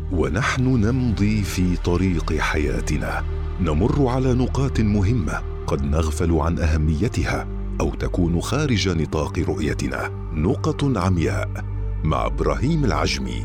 ونحن نمضي في طريق حياتنا نمر على نقاط مهمة قد نغفل عن أهميتها أو تكون خارج نطاق رؤيتنا. نقط عمياء مع إبراهيم العجمي.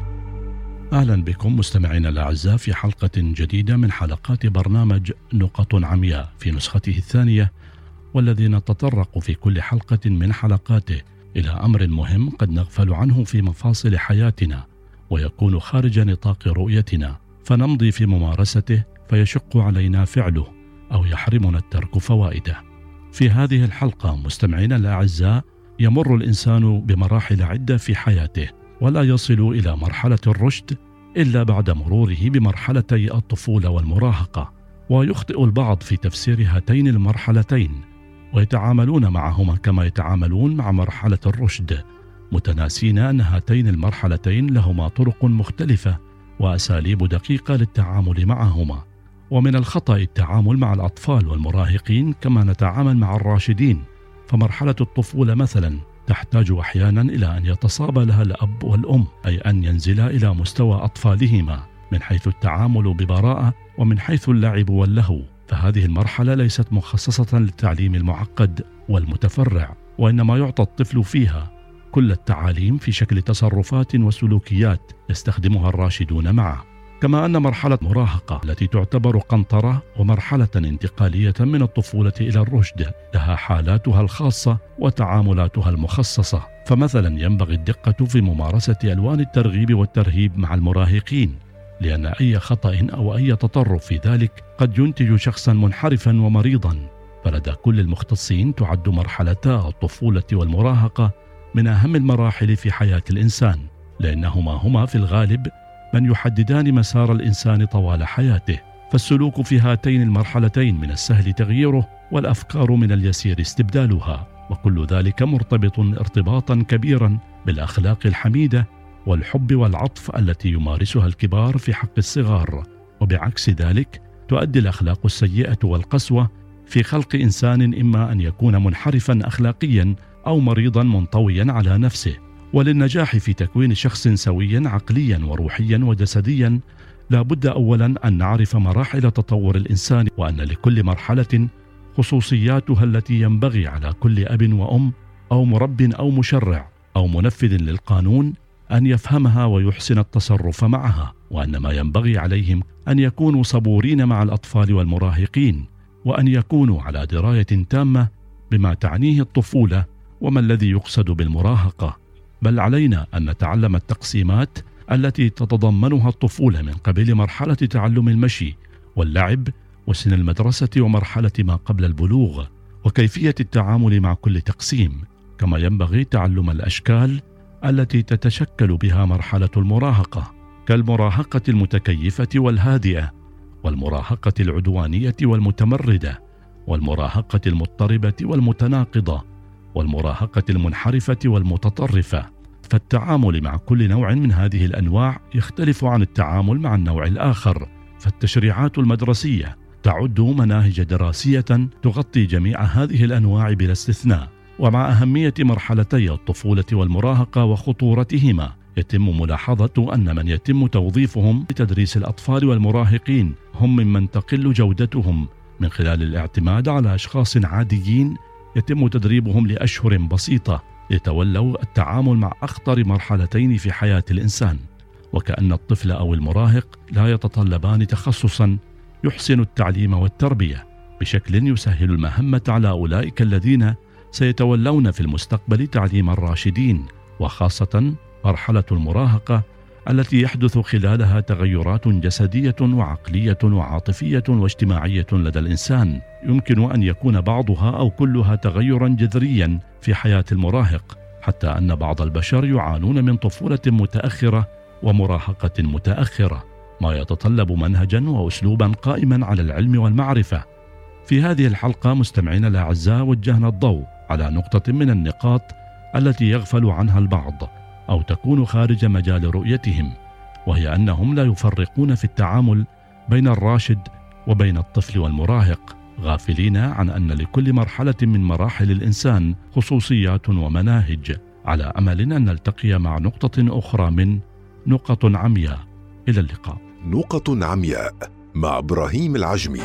أهلا بكم مستمعينا الأعزاء في حلقة جديدة من حلقات برنامج نقط عمياء في نسخته الثانية، والذي نتطرق في كل حلقة من حلقاته إلى أمر مهم قد نغفل عنه في مفاصل حياتنا ويكون خارج نطاق رؤيتنا، فنمضي في ممارسته فيشق علينا فعله أو يحرمنا الترك فوائده. في هذه الحلقة مستمعينا الأعزاء، يمر الإنسان بمراحل عدة في حياته، ولا يصل إلى مرحلة الرشد إلا بعد مروره بمرحلتي الطفولة والمراهقة. ويخطئ البعض في تفسير هاتين المرحلتين ويتعاملون معهما كما يتعاملون مع مرحلة الرشد، متناسين أن هاتين المرحلتين لهما طرق مختلفة وأساليب دقيقة للتعامل معهما. ومن الخطأ التعامل مع الأطفال والمراهقين كما نتعامل مع الراشدين، فمرحلة الطفولة مثلا تحتاج أحيانا إلى أن يتصابى لها الأب والأم، أي أن ينزلا إلى مستوى أطفالهما من حيث التعامل ببراءة ومن حيث اللعب واللهو. فهذه المرحلة ليست مخصصة للتعليم المعقد والمتفرع، وإنما يعطى الطفل فيها كل التعاليم في شكل تصرفات وسلوكيات يستخدمها الراشدون معه. كما أن مرحلة المراهقة التي تعتبر قنطرة ومرحلة انتقالية من الطفولة إلى الرشد لها حالاتها الخاصة وتعاملاتها المخصصة. فمثلا ينبغي الدقة في ممارسة ألوان الترغيب والترهيب مع المراهقين، لأن أي خطأ أو أي تطرف في ذلك قد ينتج شخصا منحرفا ومريضا. فلدى كل المختصين تعد مرحلتا الطفولة والمراهقة من أهم المراحل في حياة الإنسان، لأنهما هما في الغالب من يحددان مسار الإنسان طوال حياته. فالسلوك في هاتين المرحلتين من السهل تغييره، والأفكار من اليسير استبدالها، وكل ذلك مرتبط ارتباطا كبيرا بالأخلاق الحميدة والحب والعطف التي يمارسها الكبار في حق الصغار. وبعكس ذلك تؤدي الأخلاق السيئة والقسوة في خلق إنسان إما أن يكون منحرفا أخلاقيا أو مريضا منطويا على نفسه. وللنجاح في تكوين شخص سويا عقليا وروحيا وجسديا، لا بد أولا أن نعرف مراحل تطور الإنسان، وأن لكل مرحلة خصوصياتها التي ينبغي على كل أب وأم أو مرب أو مشرع أو منفذ للقانون أن يفهمها ويحسن التصرف معها، وأن ما ينبغي عليهم أن يكونوا صبورين مع الأطفال والمراهقين، وأن يكونوا على دراية تامة بما تعنيه الطفولة وما الذي يقصد بالمراهقة. بل علينا أن نتعلم التقسيمات التي تتضمنها الطفولة من قبل مرحلة تعلم المشي واللعب وسن المدرسة ومرحلة ما قبل البلوغ، وكيفية التعامل مع كل تقسيم. كما ينبغي تعلم الأشكال التي تتشكل بها مرحلة المراهقة، كالمراهقة المتكيفة والهادئة، والمراهقة العدوانية والمتمردة، والمراهقة المضطربة والمتناقضة، والمراهقة المنحرفة والمتطرفة. فالتعامل مع كل نوع من هذه الأنواع يختلف عن التعامل مع النوع الآخر. فالتشريعات المدرسية تعد مناهج دراسية تغطي جميع هذه الأنواع بلا استثناء. ومع أهمية مرحلتي الطفولة والمراهقة وخطورتهما، يتم ملاحظة أن من يتم توظيفهم لتدريس الأطفال والمراهقين هم ممن تقل جودتهم من خلال الاعتماد على أشخاص عاديين يتم تدريبهم لأشهر بسيطة يتولوا التعامل مع أخطر مرحلتين في حياة الإنسان. وكأن الطفل أو المراهق لا يتطلبان تخصصا يحسن التعليم والتربية بشكل يسهل المهمة على أولئك الذين سيتولون في المستقبل تعليم الراشدين، وخاصة مرحلة المراهقة التي يحدث خلالها تغيرات جسدية وعقلية وعاطفية واجتماعية لدى الإنسان، يمكن أن يكون بعضها أو كلها تغيرا جذريا في حياة المراهق، حتى أن بعض البشر يعانون من طفولة متأخرة ومراهقة متأخرة، ما يتطلب منهجا وأسلوبا قائما على العلم والمعرفة. في هذه الحلقة مستمعينا الأعزاء وجهنا الضوء على نقطة من النقاط التي يغفل عنها البعض أو تكون خارج مجال رؤيتهم، وهي أنهم لا يفرقون في التعامل بين الراشد وبين الطفل والمراهق، غافلين عن أن لكل مرحلة من مراحل الإنسان خصوصيات ومناهج، على أمل أن نلتقي مع نقطة أخرى من نقط عمياء إلى اللقاء. نقط عمياء مع إبراهيم العجمي.